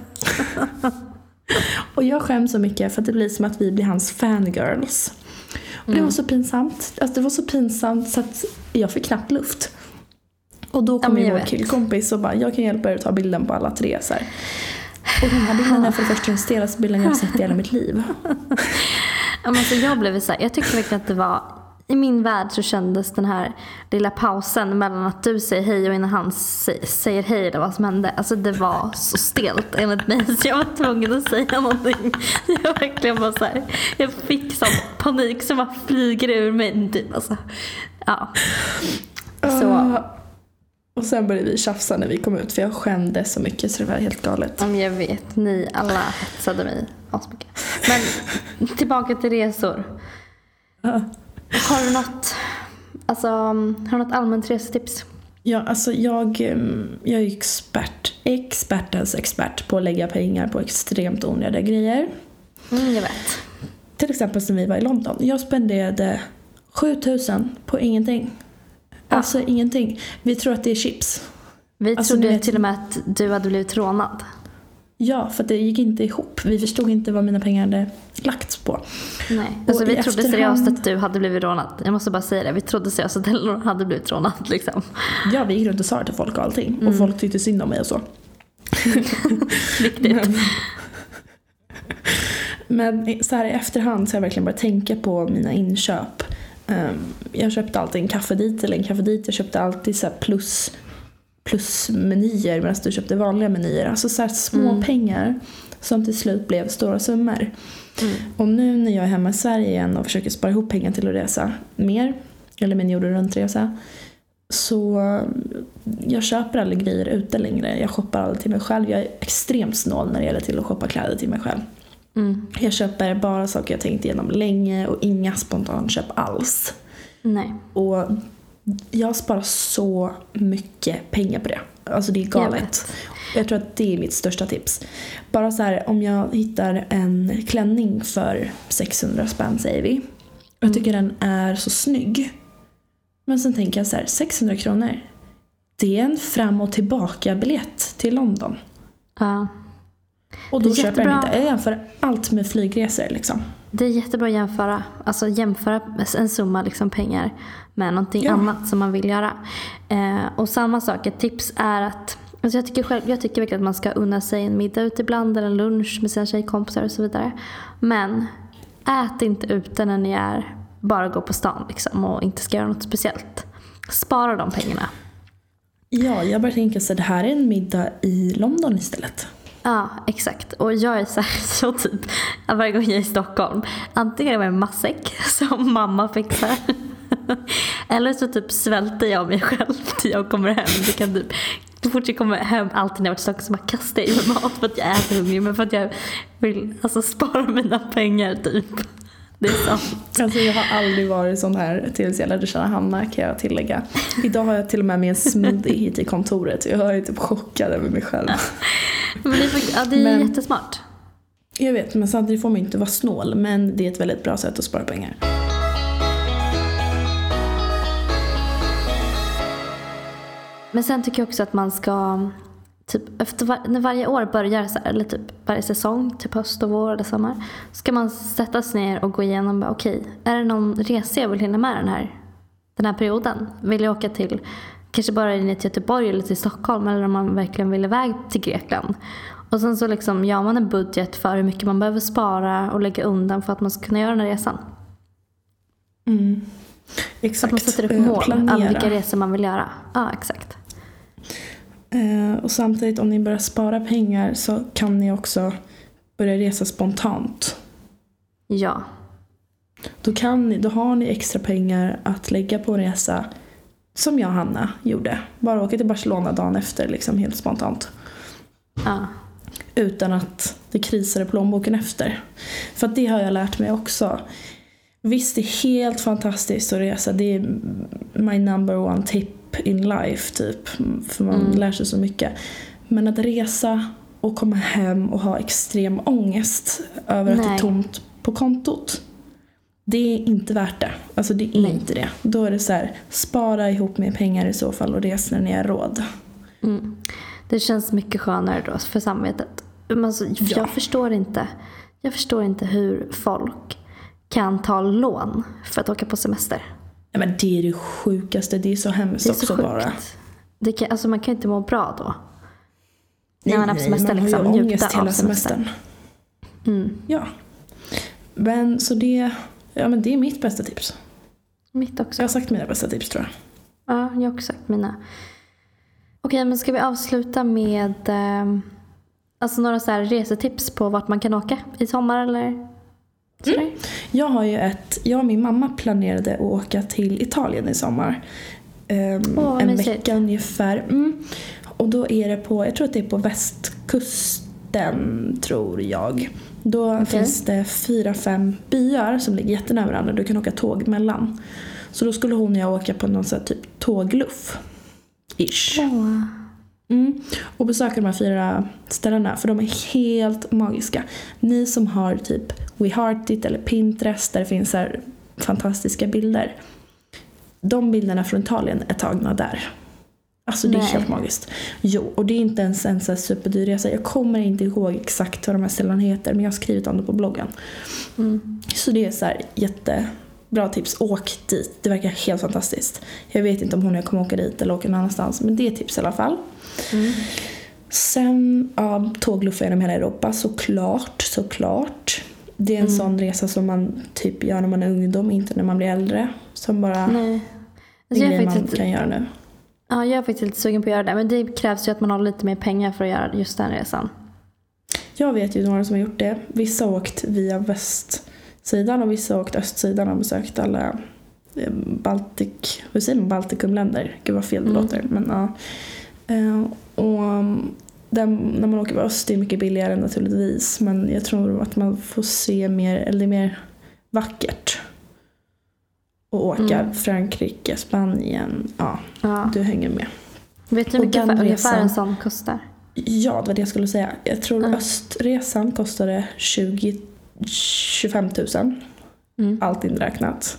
Och jag skäms så mycket för att det blir som att vi blir hans fangirls. Och det var så pinsamt. Alltså det var så pinsamt så att jag fick knappt luft. Och då kom ja, ju vår killkompis och bara, jag kan hjälpa er att ta bilden på alla tre så här. Och den här bilden är för det första den stelaste bilden jag har sett i hela mitt liv. Ja, men så jag blev så här, jag tyckte verkligen att det var, i min värld så kändes den här lilla pausen mellan att du säger hej och innan han säger hej eller vad som hände. Alltså det var så stelt enligt mig så jag var tvungen att säga någonting. Jag verkligen bara så här, jag fick sån panik som bara flyger ur mig typ. Alltså, ja. Så. Uh, och sen började vi tjafsa när vi kom ut för jag skämde så mycket så det var helt galet. Ja, jag vet, ni alla hetsade mig asmycket. Men tillbaka till resor. Uh. Har du något, alltså, har du något allmänt resetips? Ja, alltså jag, jag är expert, expertens expert på att lägga pengar på extremt onödiga grejer. Mm, jag vet. Till exempel som vi var i London. Jag spenderade sjutusen på ingenting. Ja. Alltså ingenting. Vi tror att det är chips. Vi alltså, trodde vet... till och med att du hade blivit rånad. Ja, för det gick inte ihop. Vi förstod inte vad mina pengar hade lagts på. Nej, alltså vi trodde efterhand... seriöst att du hade blivit rånad. Jag måste bara säga det. Vi trodde seriöst att Eleanor hade blivit rånad liksom. Ja, vi gick runt och sa det till folk och allting. Mm. Och folk tyckte synd om mig och så. Riktigt. Men... Men så här i efterhand så har jag verkligen börjat tänka på mina inköp. Um, jag köpte alltid en kaffe dit eller en kaffe dit. Jag köpte alltid så här plus, plus menyer medan du köpte vanliga menyer. Alltså så här små mm. pengar som till slut blev stora summor. Mm. Och nu när jag är hemma i Sverige igen och försöker spara ihop pengar till att resa mer, eller min jorden runt resa, så jag köper aldrig grejer ute längre. Jag shoppar aldrig till mig själv. Jag är extremt snål när det gäller till att shoppa kläder till mig själv. Mm. Jag köper bara saker jag tänkt igenom länge och inga spontanköp alls. Nej. Och jag sparar så mycket pengar på det. Alltså det är galet. Jag, jag tror att det är mitt största tips. Bara så här, om jag hittar en klänning för sexhundra spänn säger vi. Och jag tycker mm. den är så snygg. Men sen tänker jag så här, sexhundra kronor. Det är en fram- och tillbaka biljett till London. Ja. Och då köper jag inte. Jag jämför allt med flygresor liksom. Det är jättebra att jämföra. Alltså jämföra en summa liksom pengar med någonting ja. annat som man vill göra. Eh, och samma sak, ett tips är att alltså jag tycker själv, jag tycker verkligen att man ska unna sig en middag ute ibland eller en lunch med sina tjejkompisar och så vidare. Men ät inte ute när ni är bara gå på stan liksom och inte ska göra något speciellt. Spara de pengarna. Ja, jag bara tänker så det här är en middag i London istället. Ja, exakt. Och jag är så här, så typ varje gång jag är i Stockholm antingen med en matsäck som mamma fixar eller så typ svälter jag mig själv till jag kommer hem. Det kan typ så fort jag kommer hem alltid när jag varit i Stockholm så bara kastar jag i mig mat för att jag är så hungrig men för att jag vill alltså spara mina pengar typ. Det är sant. Alltså jag har aldrig varit sån här tills jag lärde känna Hanna kan jag tillägga. Idag har jag till och med med en smoothie hit i kontoret. Jag är typ chockad över mig själv. Men det är, ja, det är men, jättesmart. Jag vet, men samtidigt får man inte vara snål. Men det är ett väldigt bra sätt att spara pengar. Men sen tycker jag också att man ska typ efter var, när varje år börjar så här, eller typ varje säsong, typ höst och vår eller sommar, ska man sätta sig ner och gå igenom bara, okej, okay, är det någon resa jag vill hinna med den här den här perioden? Vill jag åka till kanske bara in till Göteborg eller till Stockholm, eller om man verkligen vill iväg till Grekland? Och sen så liksom gör man en budget för hur mycket man behöver spara och lägga undan för att man ska kunna göra den här resan. Mm. Exakt. Att man sätter upp mål Planera. av vilka resor man vill göra. Ja, exakt. Eh, och samtidigt om ni börjar spara pengar så kan ni också börja resa spontant. Ja. Då, kan ni, då har ni extra pengar att lägga på en resa som jag och Hanna gjorde. Bara åka till Barcelona dagen efter, liksom helt spontant. Ja. Utan att det krisade plånboken efter. För att det har jag lärt mig också. Visst, det är helt fantastiskt att resa. Det är my number one tip in life typ. För man mm. lär sig så mycket. Men att resa och komma hem och ha extrem ångest över Nej. att det är tomt på kontot, det är inte värt det. Alltså det är Nej. inte det. Då är det så här, spara ihop mer pengar i så fall och resa när ni har råd. Mm. Det känns mycket skönare då för samvetet. Alltså, jag ja. förstår inte. Jag förstår inte hur folk kan ta lån för att åka på semester. Ja, men det är det sjukaste. Det är så hemskt också så bara. Det kan, alltså man kan inte må bra då. Nej, när man, nej, semester, man har liksom, ju ångest hela semestern. Mm. Ja. Men så det, ja, men det är mitt bästa tips. Mitt också. Jag har sagt mina bästa tips tror jag. Ja, jag har också sagt mina. Okej, men ska vi avsluta med eh, alltså några så här resetips på vart man kan åka i sommar eller? Mm. Jag har ju ett, jag och min mamma planerade att åka till Italien i sommar. Um, oh, en vecka ungefär. Mm. Och då är det på, jag tror att det är på västkusten tror jag. Då okay. finns det fyra, fem byar som ligger jättenära varandra. Du kan åka tåg mellan. Så då skulle hon och jag åka på någon sån här typ tågluff. Ish. Oh. Mm. Och besöka de här fyra ställena, för de är helt magiska. Ni som har typ We Heart It eller Pinterest där det finns så här fantastiska bilder, de bilderna från Italien är tagna där. Alltså det är Nej. helt magiskt. Jo, och det är inte ens en så här superdyr resa. Jag kommer inte ihåg exakt vad de här ställena heter, men jag har skrivit om det på bloggen. Mm. Så det är så här jättebra tips. Åk dit, det verkar helt fantastiskt. Jag vet inte om hon och jag kommer åka dit eller åka någon annanstans, men det är tips i alla fall. Mm. Sen, ja, tågluffar genom hela Europa, såklart, såklart. Det är en mm. sån resa som man typ gör när man är ungdom, inte när man blir äldre. Som bara Nej. Alltså, det jag man faktiskt, kan göra nu. Ja, jag är faktiskt lite sugen på att göra det, men det krävs ju att man har lite mer pengar för att göra just den resan. Jag vet ju några som har gjort det. Vissa har åkt via västsidan och vissa har åkt östsidan och besökt alla Baltik, hur säger man, Baltikumländer. Gud vad fel det mm. låter, men ja. Och den, när man åker på öst är det mycket billigare naturligtvis, men jag tror att man får se mer, eller det är mer vackert och åka mm. Frankrike, Spanien, ja, ja, du hänger med. Vet du hur mycket resan, ungefär en sån kostar? Ja, det var det jag skulle säga. Jag tror mm. östresan kostade tjugo till tjugofem tusen mm. allt inräknat.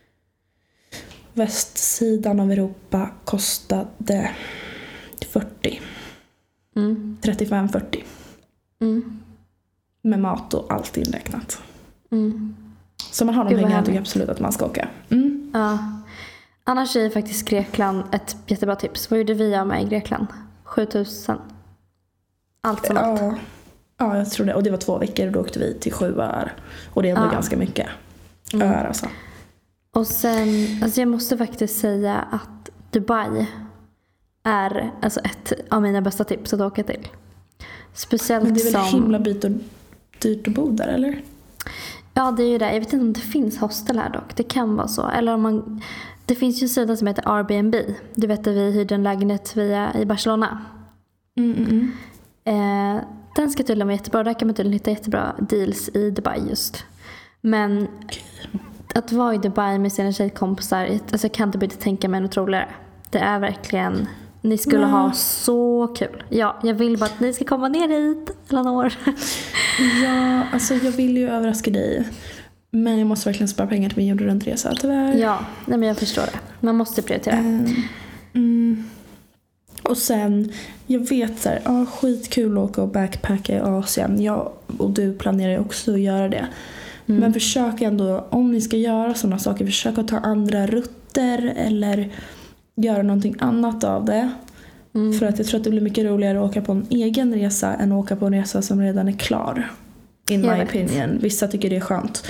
Västsidan av Europa kostade fyrtio mm. trettiofem till fyrtio mm. med mat och allt inräknat. Mm. Så man har de pengarna, tycker jag absolut att man ska åka. Mm. Ja. Annars är faktiskt Grekland ett jättebra tips. Vad gjorde vi av med i Grekland? sjutusen. Allt som allt. Ja. ja, jag tror det. Och det var två veckor och då åkte vi till sju öar. Och det är ändå ja. ganska mycket mm. öar alltså. Och sen, alltså jag måste faktiskt säga att Dubai är alltså ett av mina bästa tips att åka till. Speciellt som... Men det är väl som... himla dyrt, och, dyrt att bo där, eller? Ja, det är ju det. Jag vet inte om det finns hostel här dock. Det kan vara så. Eller om man... Det finns ju en sida som heter Airbnb. Du vet att vi hyrde en lägenhet via i Barcelona. Mm, mm, mm. Eh, den ska tydligen vara jättebra. Där kan man tydligen hitta jättebra deals i Dubai just. Men okay. att vara i Dubai med sina tjejkompisar, alltså jag kan inte börja tänka mig något roligare. Det är verkligen... Ni skulle ja. ha så kul. Ja, jag vill bara att ni ska komma ner hit, Eleanor. Ja, alltså jag vill ju överraska dig. Men jag måste verkligen spara pengar till min jordruntresa, tyvärr. Ja, nej men jag förstår det. Man måste prioritera. Um, mm. Och sen, jag vet så här, ja, skitkul att åka och backpacka i Asien. Jag och du planerar ju också att göra det. Mm. Men försök ändå, om ni ska göra sådana saker, försök att ta andra rutter eller göra någonting annat av det. Mm. För att jag tror att det blir mycket roligare att åka på en egen resa än att åka på en resa som redan är klar. In jag my vet. opinion. Vissa tycker det är skönt.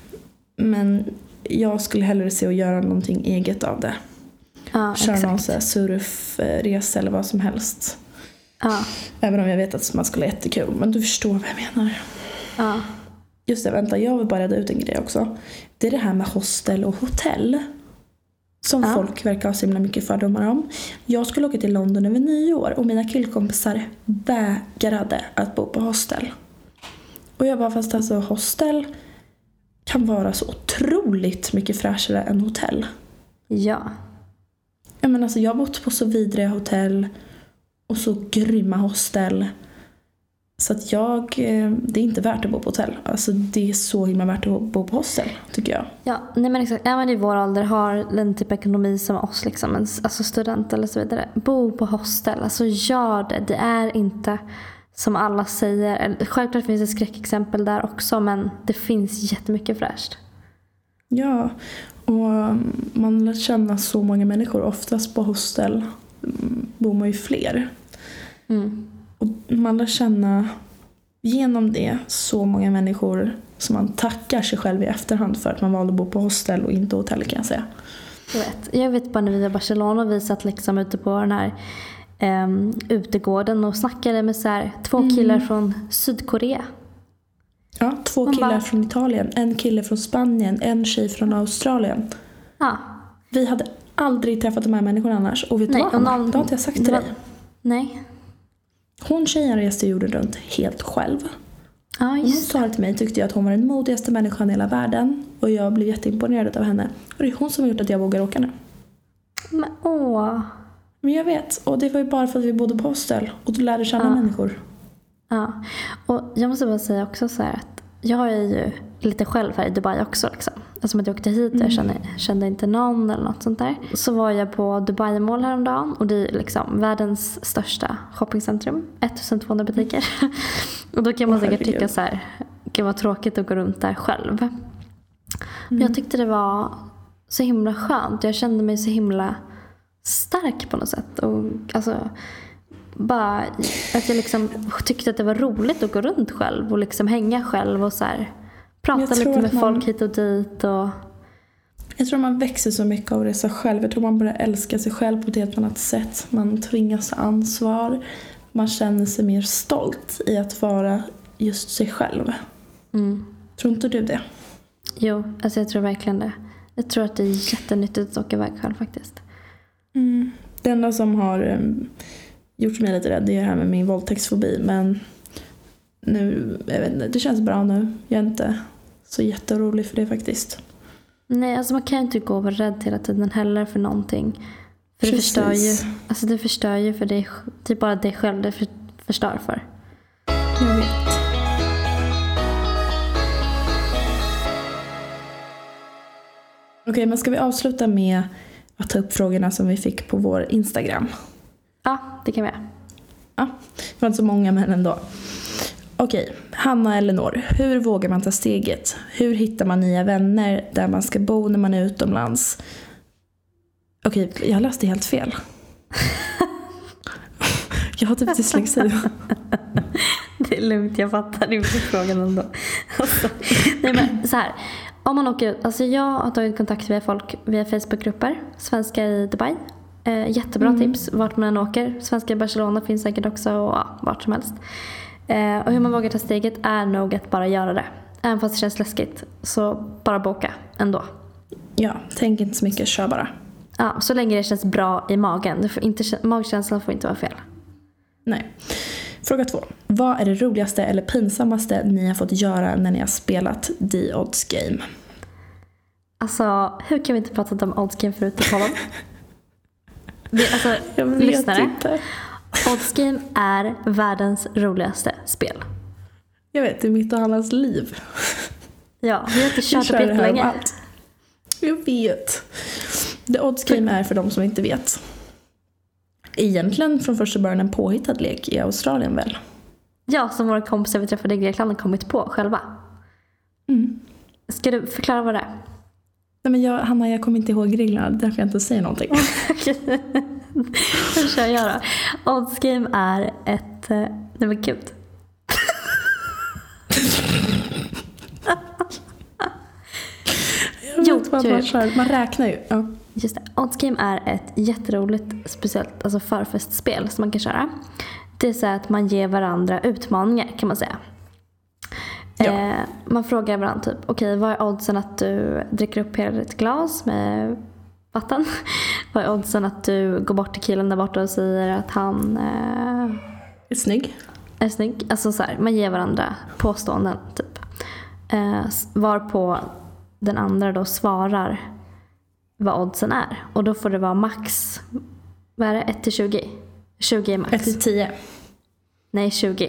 Men jag skulle hellre se att göra någonting eget av det. Ja, köra exakt. någon så här surfresa eller vad som helst. Ja. Även om jag vet att man skulle ha jättekul. Men du förstår vad jag menar. Ja. Just det, vänta, jag vill bara reda ut en grej också. Det är det här med hostel och hotell som ja. folk verkar ha så himla mycket fördomar om. Jag skulle åka till London över nyår och mina killkompisar vägrade att bo på hostel. Och jag bara, fast alltså hostel kan vara så otroligt mycket fräschare än hotell. Ja. Jag menar, alltså, jag har bott på så vidriga hotell och så grymma hostel. Så att jag, det är inte värt att bo på hotell. Alltså det är så himla värt att bo på hostel, tycker jag. Ja, nej men exakt. Även i vår ålder har den typ ekonomi som oss, liksom, alltså student eller så vidare. Bo på hostel, alltså gör det. Det är inte som alla säger. Självklart finns det skräckexempel där också, men det finns jättemycket fräscht. Ja, och man lär känna så många människor. Oftast på hostel bor man ju fler. Mm. Och man lär känna genom det så många människor som man tackar sig själv i efterhand för att man valde att bo på hostel och inte hotell, kan jag säga. Jag vet, jag vet bara när vi var i Barcelona och vi satt liksom ute på den här um, utegården och snackade med så här, två killar mm. från Sydkorea. Ja, två man killar bara, från Italien, en kille från Spanien, en tjej från Australien. Ja. Vi hade aldrig träffat de här människorna annars. Och vet du vad? Det har inte jag sagt till var, dig. Nej. Hon tjejen reste jorden runt helt själv. Ja, just hon sa till mig, tyckte jag att hon var den modigaste människan i hela världen. Och jag blev jätteimponerad av henne. Och det är hon som har gjort att jag vågar åka nu. Men åh. Men jag vet. Och det var ju bara för att vi bodde på hostel. Och du lärde känna ja. människor. Ja. Och jag måste bara säga också så här att jag är ju lite själv här i Dubai också liksom. Alltså att jag åkte hit och jag kände, kände inte någon eller något sånt där. Så var jag på Dubai Mall häromdagen och det är liksom världens största shoppingcentrum. ettusentvåhundra butiker. Och då kan man säkert Herregud. tycka så här, det var tråkigt att gå runt där själv. Mm. Men jag tyckte det var så himla skönt. Jag kände mig så himla stark på något sätt. Och alltså bara att jag liksom tyckte att det var roligt att gå runt själv och liksom hänga själv och så här prata lite med man, folk hit och dit. Och jag tror man växer så mycket av det sig själv. Jag tror man börjar älska sig själv på ett helt annat sätt. Man tvingas ansvar. Man känner sig mer stolt i att vara just sig själv. Mm. Tror inte du det? Jo, alltså jag tror verkligen det. Jag tror att det är jättenyttigt att åka iväg själv faktiskt. Mm. Det enda som har um, gjort mig lite rädd, det är det här med min våldtäktsfobi. Men nu, jag vet inte, det känns bra nu. Jag är inte så jätteorolig för det faktiskt. Nej, alltså man kan inte gå och vara rädd hela tiden heller för någonting. För det förstör ju, alltså det förstör ju för dig, det är bara dig själv det för, förstör för. Jag vet. Okej, okay, men ska vi avsluta med att ta upp frågorna som vi fick på vår Instagram? Ja, det kan vi göra. Ja, det var inte så många, men ändå. Okej, Hanna Elinor. Hur vågar man ta steget? Hur hittar man nya vänner där man ska bo när man är utomlands? Okej, jag läste helt fel. Jag har typ dyslexi. Det är lugnt, jag fattar inte frågan ändå. Alltså, nej men så här. Om man åker ut, alltså jag har tagit kontakt med folk via Facebookgrupper. Svenskar i Dubai. Eh, jättebra mm. tips vart man än åker. Svenskar i Barcelona finns säkert också och ja, vart som helst. Eh, och hur man vågar ta steget är nog att bara göra det. Även fast det känns läskigt. Så bara boka ändå. Ja, tänk inte så mycket, kör bara. Ja, så länge det känns bra i magen. Du får inte, magkänslan får inte vara fel. Nej. Fråga två. Vad är det roligaste eller pinsammaste ni har fått göra när ni har spelat The Odds Game? Alltså, hur kan vi inte prata om Odds Game förut i podden? Det, alltså, jag vet lyssnare. Inte. Odds Game är världens roligaste spel. Jag vet, det är mitt och Hannas liv. Ja, vi har inte kört upp jättelänge. Jag vet. The Odds Game är för de som inte vet egentligen från första början en påhittad lek i Australien väl? Ja, som våra kompisar vi träffade i Grekland har kommit på själva. Mm. Ska du förklara vad det är? Nej, men jag, Hanna, jag kommer inte ihåg reglerna, därför jag inte säger någonting. Okej. Hur ska jag göra? Odds Game är ett... Nej men gud. Jo, vad man, kör. Man räknar ju. Ja. Just det. Odds Game är ett jätteroligt, speciellt alltså förfestspel som man kan köra. Det är så att man ger varandra utmaningar, kan man säga. Ja. Eh, man frågar varandra typ, okej, okay, vad är oddsen att du dricker upp hela ditt glas med vatten? Vad är oddsen att du går bort till killen där borta och säger att han eh, är snygg? Är snygg. Alltså så här, man ger varandra påståenden typ. Eh, varpå den andra då svarar vad oddsen är. Och då får det vara max, vad är det? ett till tjugo? tjugo är max. ett till tio? Nej, tjugo.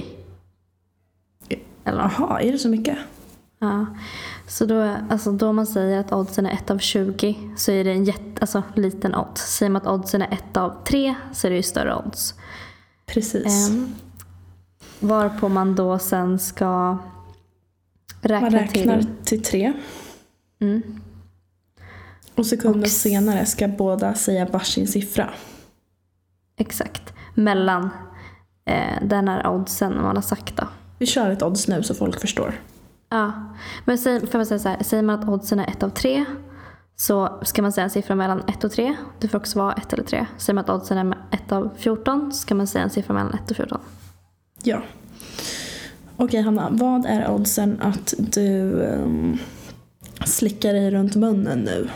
Jaha, är det så mycket? Ja. Så då, alltså då man säger att oddsen är ett av tjugo så är det en jätte, alltså, liten odds. Säger man att oddsen är ett av tre så är det ju större odds. Precis. Um, varpå man då sen ska räkna man räknar till, till tre. Mm. Och sekunder Och senare ska båda säga varsin siffra. Exakt. Mellan eh, den här oddsen man har sagt då. Vi kör ett odds nu så folk förstår. Ja, men säg, får man säga så här, säger man att oddsen är ett av tre så ska man säga en siffra mellan ett och tre. Det får också vara ett eller tre. Säger man att oddsen är ett av fjorton så ska man säga en siffra mellan ett och fjorton. Ja. Okej Hanna, vad är oddsen att du um, slickar dig runt munnen nu?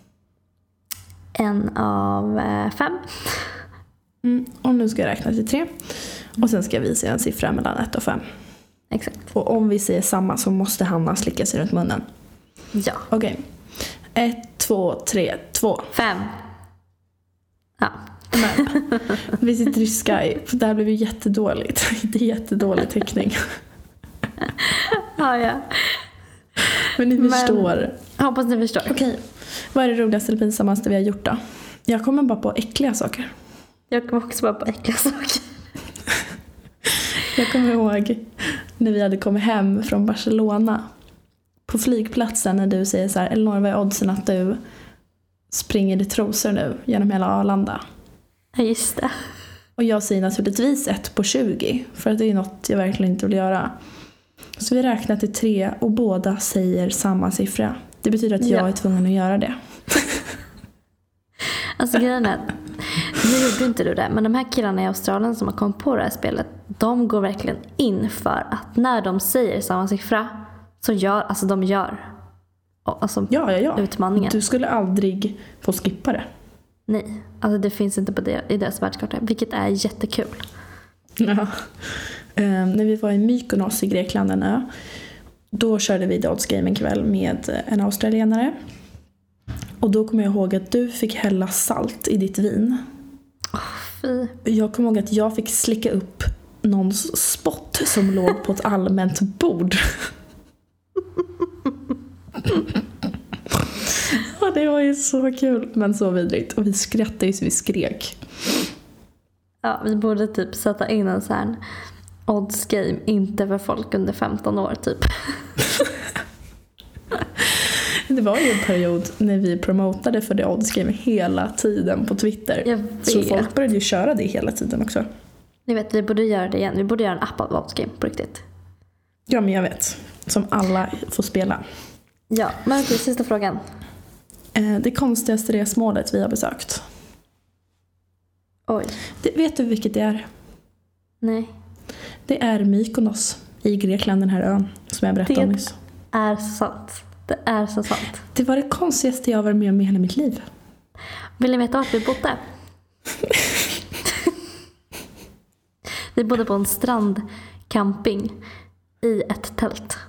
En av eh, fem. Mm, och nu ska jag räkna till tre. Och sen ska vi säga en siffra mellan ett och fem. Exakt. Och om vi säger samma så måste Hanna slicka sig runt munnen. Ja. Okej. Ett, två, tre, två. Fem. Ja. Men, vi sitter i Skype. Det här blev ju jättedåligt. Det är jättedålig täckning. Ja, ja. Men ni Men, förstår. hoppas ni förstår. Okej. Vad är det roligaste eller pinsammaste vi har gjort då? Jag kommer bara på äckliga saker. Jag kommer också bara på äckliga saker. Jag kommer ihåg när vi hade kommit hem från Barcelona på flygplatsen när du säger så här: Elinor, vad är oddsen att du springer i trosor nu genom hela Arlanda? Ja, just det. Och jag säger naturligtvis ett på tjugo, för att det är något jag verkligen inte vill göra. Så vi räknar till tre och båda säger samma siffra. Det betyder att jag Ja. är tvungen att göra det. Alltså grejen är, nu gjorde inte du det, men de här killarna i Australien som har kommit på det här spelet, de går verkligen in för att när de säger samma siffra så gör, alltså de gör alltså Ja, ja, ja. utmaningen. Du skulle aldrig få skippa det. Nej, alltså det finns inte på det, i deras världskarta, vilket är jättekul. Ja. Um, när vi var i Mykonos i Grekland, en ö, då körde vi The Odds Game en kväll med en australienare. Och då kommer jag ihåg att du fick hälla salt i ditt vin. Oh, fy. Jag kommer ihåg att jag fick slicka upp någons spott som låg på ett allmänt bord. Ja, det var ju så kul, men så vidrigt. Och vi skrattade ju så vi skrek. Ja, vi borde typ sätta in en sån här odds game, inte för folk under femton år typ. Det var ju en period när vi promotade för The Odds Game hela tiden på Twitter. Jag vet. Så folk började ju köra det hela tiden också. Ni vet, vi borde göra det igen. Vi borde göra en app av odds game på riktigt. Ja, men jag vet. Som alla får spela. Ja, men okej, sista frågan. Eh, det konstigaste resmålet vi har besökt. Oj. Det, vet du vilket det är? Nej. Det är Mykonos i Grekland, den här ön som jag berättade om nyss. Det är så sant. Det är så sant. Det var det konstigaste jag har varit med om i hela mitt liv. Vill ni veta vart vi bodde? Vi bodde på en strandcamping i ett tält.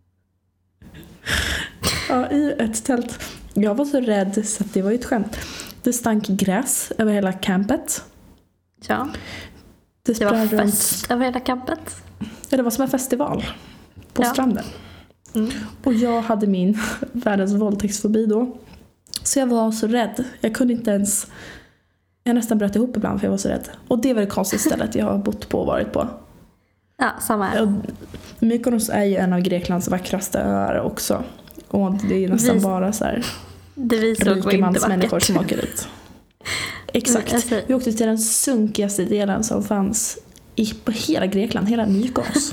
Ja, i ett tält. Jag var så rädd så att det var ju ett skämt. Det stank gräs över hela campet. Ja. Det, Det var sprang runt. fest över hela campet. Ja, det var som en festival på Ja. stranden. Mm. Och jag hade min världens våldtäktsfobi då. Så jag var så rädd. Jag kunde inte ens Jag nästan bröt ihop ibland för jag var så rädd. Och det var det konstigaste stället jag har bott på och varit på. Ja, samma här. Mykonos är ju en av Greklands vackraste öar också. Och det är nästan vi, bara så här det vi såg rikemansmänniskor som åker dit. Exakt. Alltså, vi åkte till den sunkigaste delen som fanns i, på hela Grekland, hela Mykonos.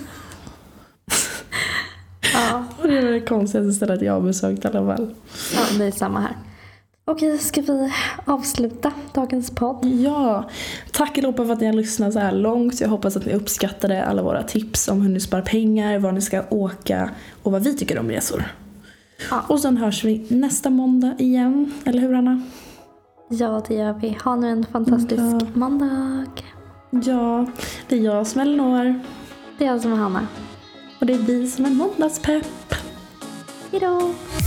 ja. Och det var det konstigaste stället jag har besökt i alla fall. Ja, det är samma här. Okej, ska vi avsluta dagens podd? Ja, tack allihopa för att ni har lyssnat så här långt. Jag hoppas att ni uppskattade alla våra tips om hur ni sparar pengar, var ni ska åka och vad vi tycker om resor. Ja. Och sen hörs vi nästa måndag igen, eller hur Anna? Ja, det gör vi. Ha nu en fantastisk ja. måndag. Ja, det är jag som är Elinor. Det är jag som är Hanna. Och det är vi som är måndagspepp. Hejdå!